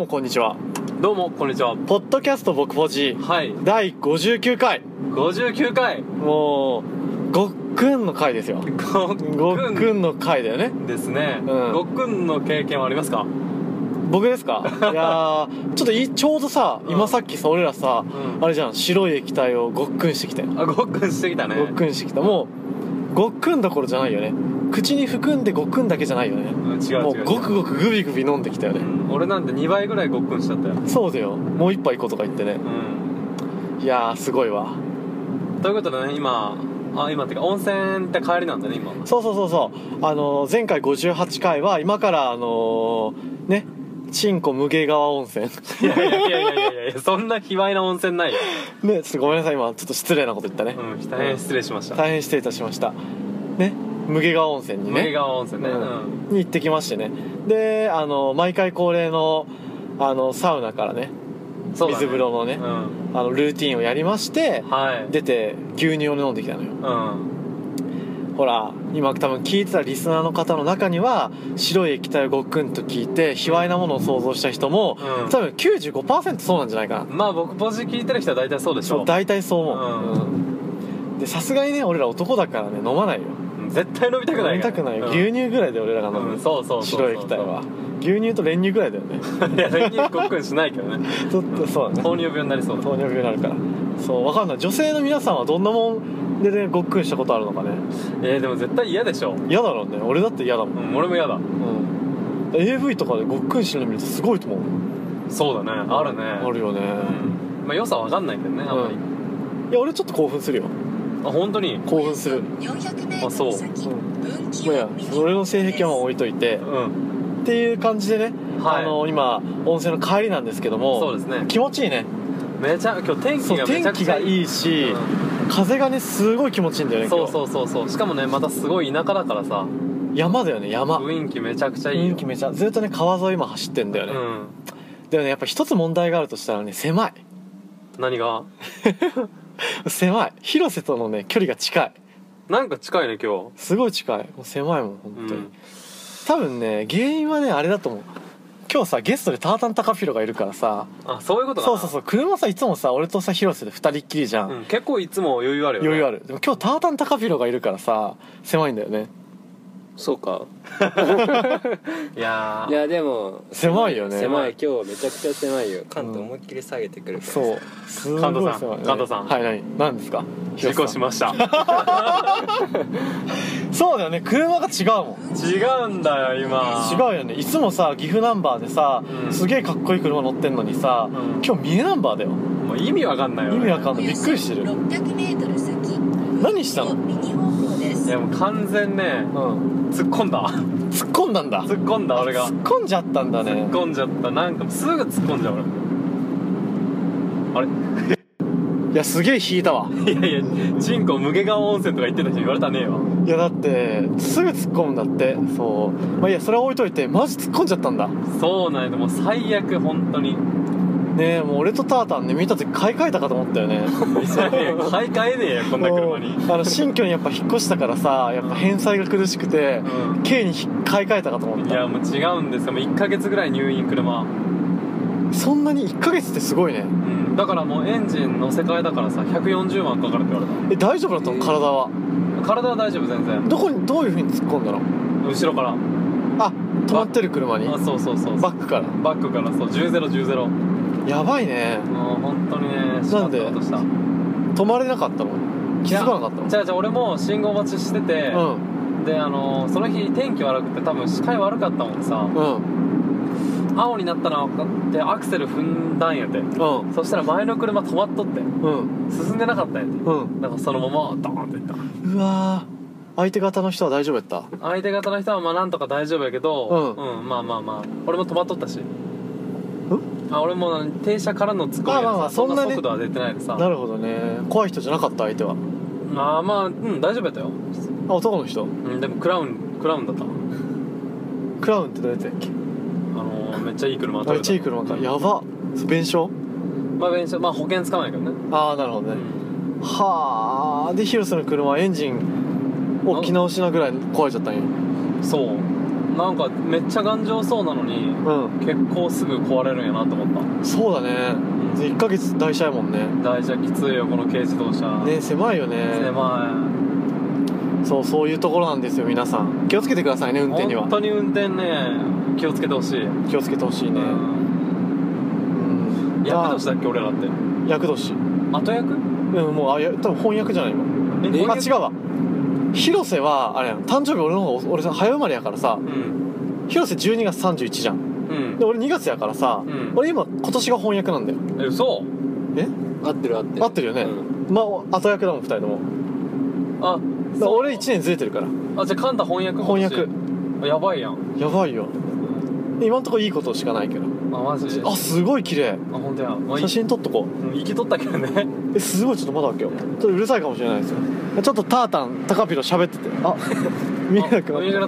もこんにちは。 どうもこんにちは。 ポッドキャスト僕ポジ、 はい、 第59回。 59回。 もうごっくんの回ですよ。ごっくんの回だよね。 ですね、ごっくんの経験はありますか？ 僕ですか？いやちょっとちょうどさ、今さっきさ俺らさ、あれじゃん、白い液体をごっくんしてきたよ。 あ、ごっくんしてきたね。 ごっくんしてきた。もうごっくんどころじゃないよね。口に含んでごっくんだけじゃないよね。 違う。 もうごくごくグビグビ飲んできたよね。 俺なんて2倍ぐらいごっくんしちゃったよ。 そうだよ。もう一杯行こうとか言ってね。いやーすごいわ。 ということでね、今ってか温泉って帰りなんだね今。 そう前回58回は今からね、チンコ無芸川温泉。 いやそんな卑猥な温泉ないよね。ちょっとごめんなさい、今ちょっと失礼なこと言ったね。 大変失礼しました。 大変失礼いたしましたね。無芸川温泉にね、 無芸川温泉ね、 に行ってきましてね。で毎回恒例のサウナからね、水風呂のね、ルーティンをやりまして、出て牛乳を飲んできたのよ。ほら今多分聞いてたリスナーの方の中には白い液体をごっくんと聞いて卑猥なものを想像した人も、多分 95% そうなんじゃないかな。 まあ僕ポジ聞いてる人は大体そうでしょ。 そう大体そう思う。でさすがにね俺ら男だからね飲まないよ。 絶対飲みたくない。 飲みたくない。牛乳ぐらいで俺らが飲む。白い液体は牛乳と練乳ぐらいだよね。 いや練乳ごっくんしないけどね。 ちょっとそうだね。 糖尿病になりそうだ。 糖尿病になるから。そう分かんない。女性の皆さんはどんなもんでねごっくんしたことあるのかね。 でも絶対嫌でしょ。 嫌だろうね。俺だって嫌だもん。 俺も嫌だ。 AV とかでごっくんしてるの見るとすごいと思う。 そうだね。あるね。 あるよね。まあ良さ分かんないけどねあんまり。 いや俺ちょっと興奮するよ。 あ本当に興奮する。 あそう。 いや俺の性癖は置いといて、っていう感じでね、今温泉の帰りなんですけども、 そうですね。 気持ちいいね。 今日天気がめちゃくちゃいいし、風がねすごい気持ちいいんだよね。 そうしかもねまたすごい田舎だからさ、 山だよね。山雰囲気めちゃくちゃいいよ。 ずっとね川沿い今走ってんだよね。でもねやっぱ一つ問題があるとしたらね、狭い。 何が？ 狭い。広瀬とのね距離が近い。 なんか近いね今日。 すごい近い。もう狭いもん本当に。多分ね原因はねあれだと思う。今日さゲストでタータンタカピロがいるからさ。 あ、そういうことかな。 そう車さいつもさ俺とさ広瀬で2人っきりじゃん。 結構いつも余裕あるよね。 余裕ある。でも今日タータンタカピロがいるからさ狭いんだよね。 そうか。いやでも狭いよね。 狭い。今日めちゃくちゃ狭いよ。関東思いっきり下げてくるから。 そうすごい狭いね。 関東さんはい何ですか？ 事故しました。 そうだよね。車が違うもん。 違うんだよ今。 違うよね。いつもさ岐阜ナンバーでさ、すげえかっこいい車乗ってんのにさ、今日三重ナンバーだよ。 もう意味わかんないよね。 意味わかんない。びっくりしてる。何したの？ いやもう完全ね、突っ込んだ。 突っ込んだんだ。 突っ込んだ俺が。 突っ込んじゃったんだね。 突っ込んじゃった。なんかすぐ突っ込んじゃう俺。あれ？ いやすげえ引いたわ。 いやチンコ無毛川温泉とか言ってた人言われたねえわ。 いやだってすぐ突っ込むんだって。そうまあいいやそれは置いといて、マジ突っ込んじゃったんだ。 そうなんや。もう最悪本当にねえ。もう俺とタータンね見た時買い替えたかと思ったよね。 買い替えねえよこんな車に。 新居にやっぱ引っ越したからさ、やっぱ返済が苦しくて、軽に買い替えたかと思った。 いやもう違うんですよ。もう1ヶ月ぐらい入院。車そんなに1ヶ月ってすごいね。 だからもうエンジン乗せ替えだからさ140万かかるって言われた。 大丈夫だったの？体は大丈夫全然。 どういう風に突っ込んだの？ 後ろから。 あ、止まってる車に。 あ、そうバックからそう10 やばいね。 もう本当にね。 なんで止まれなかったの？気づかなかったの？ じゃあ俺も信号待ちしてて、でその日天気悪くて多分視界悪かったもんさ、青になったの分かってアクセル踏んだんやて、そしたら前の車止まっとって、進んでなかったんやて、だからそのままドーンっていった。 うわー。相手方の人は大丈夫やった？ 相手方の人はまあなんとか大丈夫やけど、まあ俺も止まっとったし、俺も停車からの突っ込みはそんな速度は出てないでさ。 なるほどね。怖い人じゃなかった相手は？ 大丈夫やったよ。 男の人？ でもクラウンだった。 クラウンってどうやったっけ？ めっちゃいい車。 めっちゃいい車か。やば。弁償？ 弁償保険使わないけどね。 なるほどね。はあ。で広瀬の車はエンジン置き直しなぐらい壊れちゃったんよ。 そうなんかめっちゃ頑丈そうなのに、結構すぐ壊れるんやなと思った。 そうだね、1ヶ月台車やもんね。 台車きついよこの軽自動車ね。狭いよね。 狭い。そういうところなんですよ。皆さん気をつけてくださいね、運転には。 本当に運転ね、気をつけてほしい。 気をつけてほしいね。 役年だっけ俺らって。 役年。 後役？ もう多分翻訳じゃないの。違うわ。広瀬はあれやん、誕生日俺の方が俺さ早生まれやからさ、広瀬12月31じゃん、で俺2月やからさ、俺今年が翻訳なんだよ。 嘘？ 合ってるよね、まあ後役だもん2人とも。俺1年ずれてるから。 じゃあカンタ翻訳。やばいやん。 やばいよ。今んとこいいことしかないけど。 マジ？ すごい綺麗。 本当や。 写真撮っとこう。生きとったけどね。 すごい。ちょっとまだ開けよう。ちょっとうるさいかもしれないですよ。ちょっとタータンタカピロ喋ってて、見えなくなった。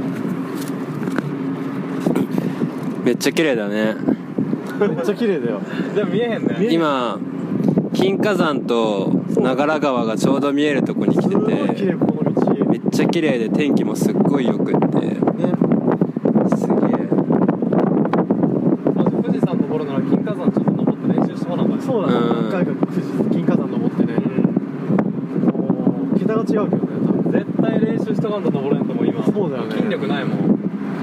めっちゃ綺麗だね。 めっちゃ綺麗だよ。 でも見えへんね。 今金華山と長良川がちょうど見えるとこに来てて、めっちゃ綺麗で天気もすっごいよくって、ね、すげえ。 富士山登るなら金華山ちょっと登って練習してもらうから。 そうだね。何回か金華山登ってね、桁が違うけどね。 絶対練習しとかんと登れんとも今。 そうだよね。 筋力ないもん。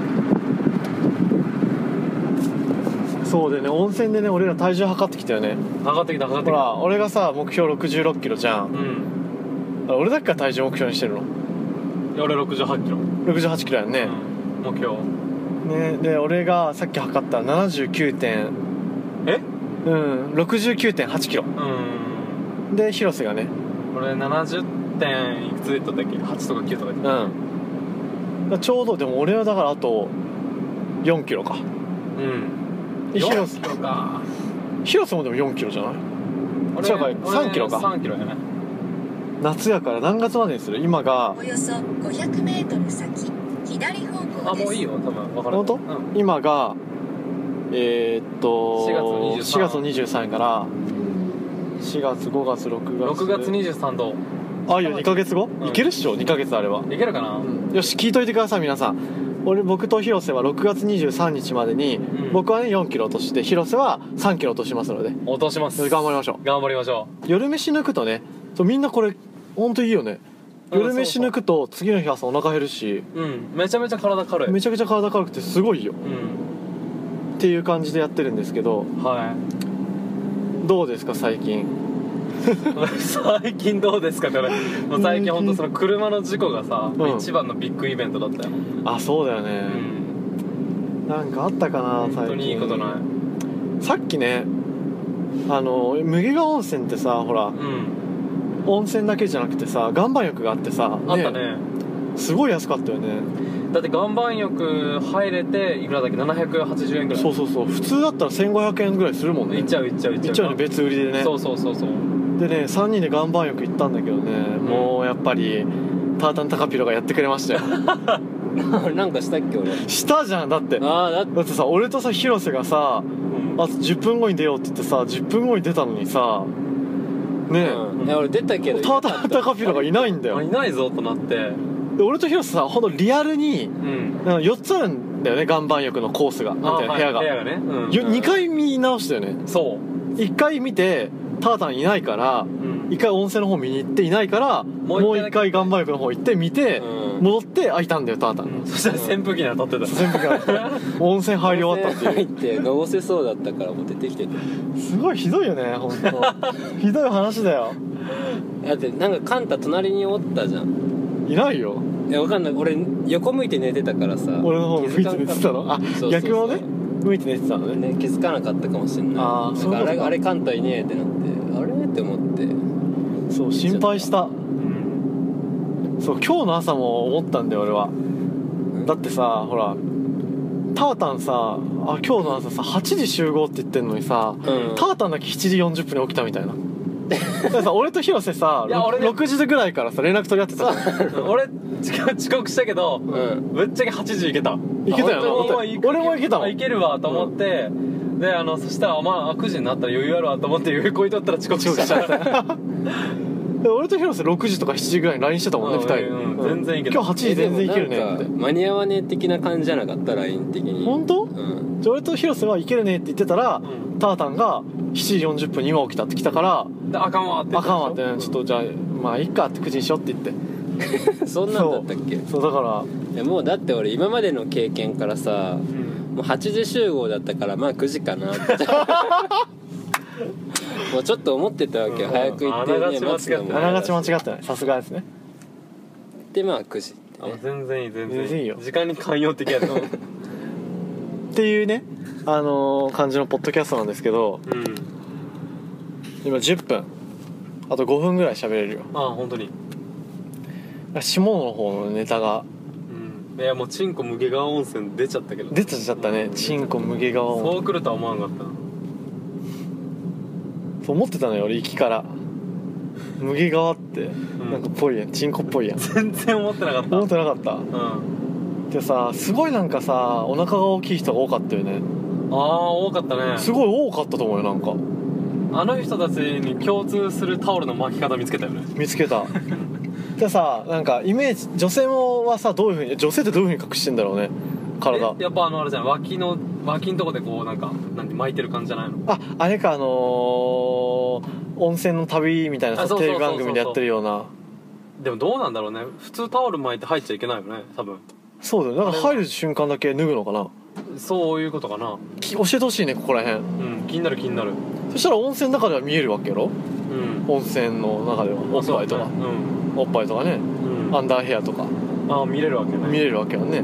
そうでね、温泉でね、俺ら体重測ってきたよね。 測ってきた。ほら、俺がさ、目標66キロじゃん。俺だけが体重目標にしてるの。 俺68キロ。 68キロやんね。 目標。 ね、で、俺がさっき測ったら69点。69.8キロ。で、広瀬がね。 俺70点いくついったっけ？ 8 とか9とか言って。 ちょうど、でも俺はだからあと4キロか。 4キロか。 広瀬もでも4キロじゃない？違うか、3キロか。 3キロやね。 夏やから何月までにする？今がおよそ500メートル先、左方向です。 もういいよ、多分分からない。 本当？今が4月23やから4月5月6月 23度。 いや2ヶ月後？いけるっしょ、2ヶ月あれば。 いけるかな？ よし、聞いといてください皆さん。僕と広瀬は6月23日までに、僕はね4キロ落として広瀬は3キロ落としますので。 落とします。 頑張りましょう。夜飯抜くとね、みんなこれほんといいよね。夜飯抜くと次の日朝お腹減るし、 めちゃめちゃ体軽い。 めちゃくちゃ体軽くてすごいよ、っていう感じでやってるんですけど、どうですか最近？ 最近どうですかって俺もう最近本当その車の事故がさ、一番のビッグイベントだったよ。 そうだよね、なんかあったかな最近。 本当にいいことない。 さっきね、無毛川温泉ってさ、ほら、温泉だけじゃなくてさ岩盤浴があってさ、 あったね。 すごい安かったよね。 だって岩盤浴入れていくらだっけ、780円ぐらい。 そう普通だったら1500円ぐらいするもんね。 いっちゃうね、 別売りでね。 そうでね、3人で岩盤浴行ったんだけどね、もうやっぱりタータンタカピロがやってくれましたよ。 なんかしたっけ俺？ したじゃん。だってさ、俺とさ広瀬がさ、10分後に出ようって言ってさ10分後に出たのにさねえ、 俺出たけどタータンタカピロがいないんだよ。 いないぞとなって、 で俺と広瀬さ、ほんとリアルに、4つあるんだよね、岩盤浴のコースが、なんていうの、部屋がね、 2回見直したよね。 そう 1回見てタータンいないから、1回温泉の方見に行っていないから、もう1回岩盤浴の方行って見て、戻って開いたんだよタータン、 そしたら扇風機に当たってた。 扇風機に当たって温泉入り終わったっていう。 入ってのぼせそうだったからもう出てきてて、 すごいひどいよね本当。ひどい話だよ。 だってなんかカンタ隣におったじゃん。 いないよ。 わかんない、俺横向いて寝てたからさ。 俺の方向いて寝てたの？逆をね向いて寝てたのね。 気づかなかったかもしれない。あれカンタいねえってなって、あれって思って、 そう心配した。そう今日の朝も思ったんだよ俺は。だってさ、ほらタータンさ、今日の朝さ8時集合って言ってんのにさ、タータンだけ7時40分に起きたみたいな。だからさ、俺と広瀬さ、6時ぐらいからさ連絡取り合ってた。 俺遅刻したけど、ぶっちゃけ8時行けた。 よな。俺も行けたもん。 行けるわと思って、でそしたら9時になったら余裕あるわと思って余裕こいとったら遅刻しちゃった。 で俺と広瀬6時とか7時ぐらいに LINE してたもんね、2人で、 全然いける、 今日8時全然いけるねって。 間に合わねえ的な感じじゃなかった LINE 的に。 本当？じゃ俺と広瀬はいけるねって言ってたら、タータンが7時40分に今起きたって来たからであかんわってあかんわって、ちょっとじゃあまあいっかって9時にしようって言ってそんなんだったっけ。 そうだからいやもうだって俺今までの経験からさ、もう8時集合だったからまあ9時かなってもうちょっと思ってたわけよ、早く行ってね待つのもあながち間違ってない、さすがですね。 でまあ9時ってね、 全然いい全然いいよ、 時間に寛容的やったっていうね感じのポッドキャストなんですけど、今10分あと5分ぐらい喋れるよ。 本当に下の方のネタが、 いやもうチンコ無毛川温泉出ちゃったけど、 出ちゃったね、チンコ無毛川温泉。 そう来るとは思わなかったな。 そう思ってたのよ俺、行きから無毛川ってなんかぽいやん、チンコっぽいやん。 全然思ってなかった。 思ってなかった、でさ、すごいなんかさ、お腹が大きい人が多かったよね。 多かったね。 すごい多かったと思うよ。なんかあの人たちに共通するタオルの巻き方見つけたよね。見つけたでさ、なんかイメージ、女性はさ、どういう風に、女性ってどういう風に隠してんだろうね、体。 やっぱあれじゃん、脇のとこでこうなんか巻いてる感じじゃないの。 あれか、温泉の旅みたいなテレビ番組でやってるような。でもどうなんだろうね、普通タオル巻いて入っちゃいけないよね、多分。 そうだよ、だから入る瞬間だけ脱ぐのかな。 そういうことかな。 教えてほしいね、ここら辺。 気になる気になる。 そしたら温泉の中では見えるわけやろ。温泉の中ではおっぱいとか、おっぱいとかね、アンダーヘアとか見れるわけね。 見れるわけよね。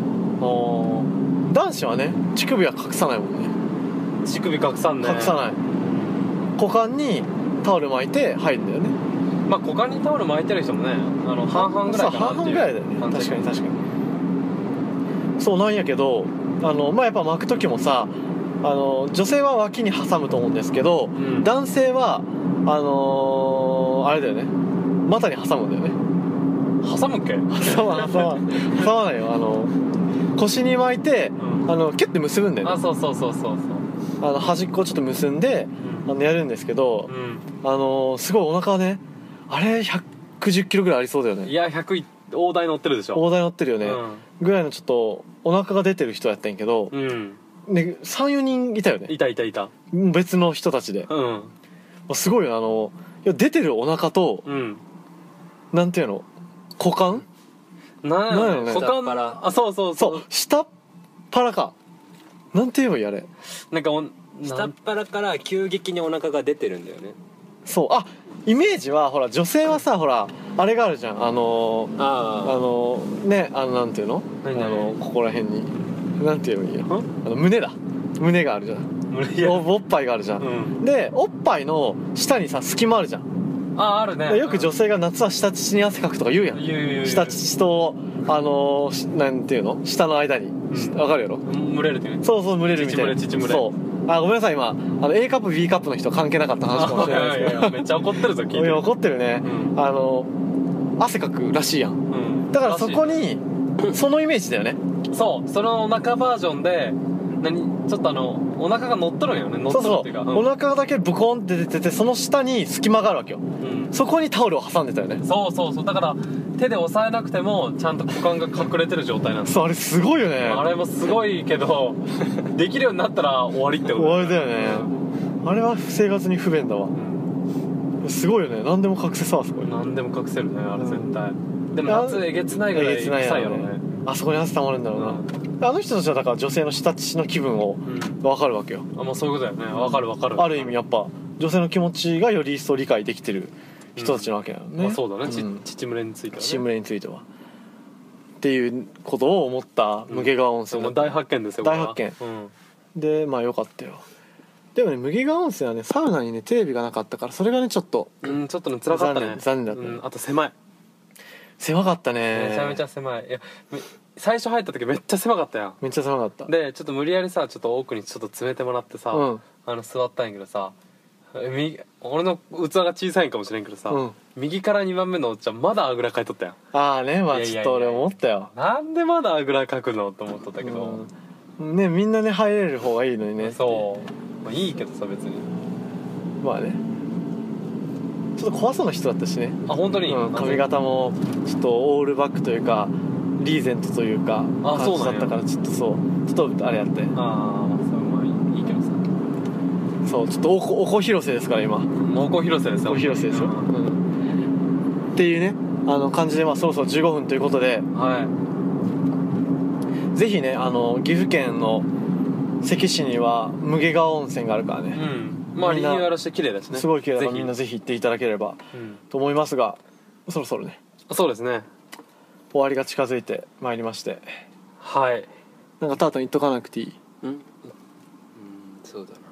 男子はね、乳首は隠さないもんね。 乳首隠さんね。 隠さない。股間にタオル巻いて入るんだよね。 まあ股間にタオル巻いてる人もね、半々ぐらいかなっていう。 半々ぐらいだよね。確かに確かに。そうなんやけど、まあやっぱ巻く時もさ、女性は脇に挟むと思うんですけど、男性はあれだよね、股に挟むんだよね。 挟むっけ？ 挟まないよ。腰に巻いて、キュッて結ぶんだよね。 そう端っこをちょっと結んで、やるんですけど、すごいお腹ね、あれ110キロぐらいありそうだよね。 いや100大台乗ってるでしょ。 大台乗ってるよね、ぐらいのちょっとお腹が出てる人やったんやけど、ね、3,4 人いたよね。 いた別の人たちで、すごいよ。いや出てるお腹と、なんていうの、股間なんやろね、 股間そう下っ腹か、なんて言えばいいあれ、 なんか下っ腹から急激にお腹が出てるんだよね。 そう、イメージはほら女性はさ、ほらあれがあるじゃん、ね、なんていうの、ここら辺になんて言えばいいよ、胸があるじゃん、おっぱいがあるじゃん、でおっぱいの下にさ隙間あるじゃん。 あるね。 よく女性が夏は下乳に汗かくとか言うやん。下乳となんていうの、下の間に、わかるやろ、 蒸れるってね。 そう蒸れるみたいな。 乳蒸れ。 そう、ごめんなさい、今A カップ B カップの人関係なかった話かもしれないですけどめっちゃ怒ってるぞ、聞いてる。 いや怒ってるね、汗かくらしいやん、だからそこにそのイメージだよね。 そう、そのお腹バージョンでちょっとお腹が乗っとるんよね。乗っとるっていうか、 お腹だけブコンって出てて、その下に隙間があるわけよ、そこにタオルを挟んでたよね。 そうだから手で押さえなくてもちゃんと股間が隠れてる状態なんです。 そう、あれすごいよね。 あれもすごいけどできるようになったら終わりってこと終わりだよね、あれは生活に不便だわ、すごいよね。何でも隠せさ、すごい。 何でも隠せるね、あれ絶対。でも夏えげつないぐらい臭いやろね。 あそこに汗たまるんだろうな、あの人たちはだから女性の下乳の気分を分かるわけよ、 もうそういうことだよね。分かるある意味やっぱ女性の気持ちがより一層理解できてる人たちなわけだよね、 そうだね、乳蒸れについてはね。 乳蒸れについてはっていうことを思った無毛川温泉、 大発見ですよ。 大発見、でまあよかったよ。でもね、無毛川温泉はね、サウナにねテレビがなかったから、それがねちょっとちょっとね辛かったね。 残念だったね、 あと狭かったね。 めちゃめちゃ狭い。いや最初入った時めっちゃ狭かったやん。 めっちゃ狭かった。 でちょっと無理やりさ、ちょっと奥にちょっと詰めてもらってさ、座ったんやけどさ、俺の器が小さいんかもしれんけどさ、右から2番目のおっちゃんまだあぐらかいとったやん。 まあちょっと俺思ったよ、 なんでまだあぐらかくのと思っとったけど、 ね、みんなね入れる方がいいのにね。 そう、いいけどさ別に。 まあね、 ちょっと怖そうな人だったしね。 あ、本当に、 髪型もちょっとオールバックというかリーゼントというか感じだったから、ちょっとちょっとあれやって。 ああ、それもいいけどさ。 そう、ちょっとおこ広瀬ですから今。 おこ広瀬ですよ。 おこ広瀬ですよ。っていうね感じで、そろそろ15分ということで、 はい。 ぜひね岐阜県の関市には無毛川温泉があるからね。 リニューアルして綺麗だしね。 すごい綺麗だからみんなぜひ行っていただければと思いますが、そろそろね。 そうですね。 終わりが近づいてまいりまして。 はい。 なんかタートン言っとかなくていい？ そうだな。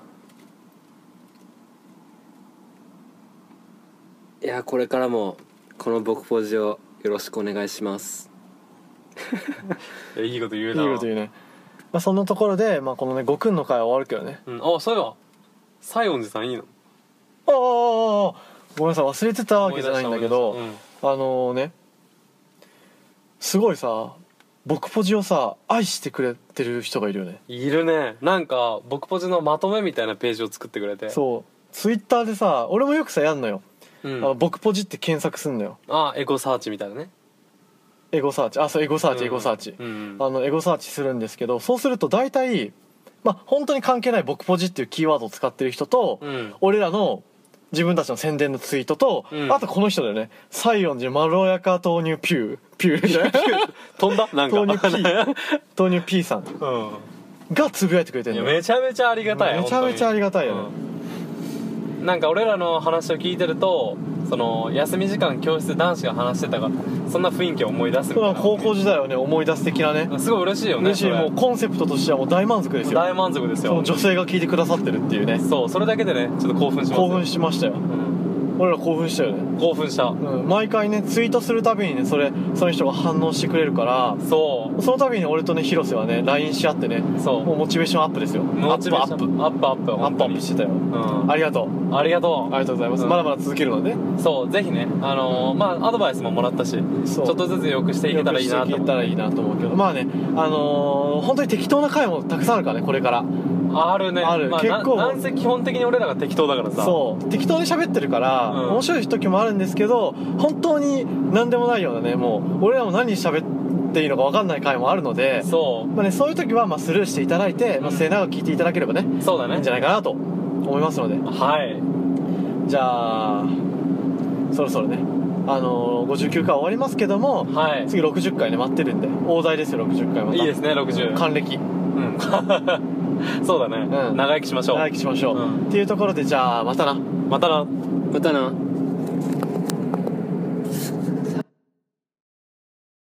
いや、これからもこの僕ポジをよろしくお願いします。 いいこと言うな。 いいこと言うね。そんなところで、このね5くんの回は終わるけどね。 そういえば西園寺さんいいの？ ごめんなさい、忘れてたわけじゃないんだけど、ね、すごいさ僕ポジをさ愛してくれてる人がいるよね。 いるね。なんか僕ポジのまとめみたいなページを作ってくれて。 そう、ツイッターでさ、俺もよくさやんのよ。僕ポジって検索すんのよ。 エゴサーチみたいなね。 エゴサーチ、そう、エゴサーチ、エゴサーチ、エゴサーチするんですけど、そうすると大体本当に関係ない僕ポジっていうキーワードを使ってる人と、俺らの自分たちの宣伝のツイートと、あとこの人だよね、西園寺まろやか豆乳ピュー飛んだなんか豆乳 P さんがつぶやいてくれてるのよ。 めちゃめちゃありがたい。 めちゃめちゃありがたいよね。 なんか俺らの話を聞いてると、その休み時間教室で男子が話してたからそんな雰囲気を思い出すみたいな。 高校時代をね思い出す的なね。 すごい嬉しいよね。 嬉しい。もうコンセプトとしてはもう大満足ですよ。 大満足ですよ。 その女性が聞いてくださってるっていうね。 そう、それだけでねちょっと興奮します。 興奮しましたよ。俺ら興奮したよね。 興奮した。 毎回ねツイートするたびにねその人が反応してくれるから、そのたびに俺とね広瀬はね LINE し合ってね、もうモチベーションアップですよ。 モチベーションアップしてたよ。ありがとうありがとうございます。まだまだ続けるので、 そうぜひねアドバイスももらったし、ちょっとずつ良くしていけたらいいなと思うけど、本当に適当な回もたくさんあるからねこれから。 あるね。結構なんせ基本的に俺らが適当だからさ。そう適当に喋ってるから、面白い時もあるんですけど、本当に何でもないようなね、もう俺らも何喋っていいのか分かんない回もあるので、そういう時はスルーしていただいて、末永く聞いていただければね、そうだね、いいんじゃないかなと思いますので。はい。じゃあそろそろね59回終わりますけども、次60回ね待ってるんで、大台ですよ60回。またいいですね。60還暦。そうだね、長生きしましょう。っていうところで、じゃあまたな。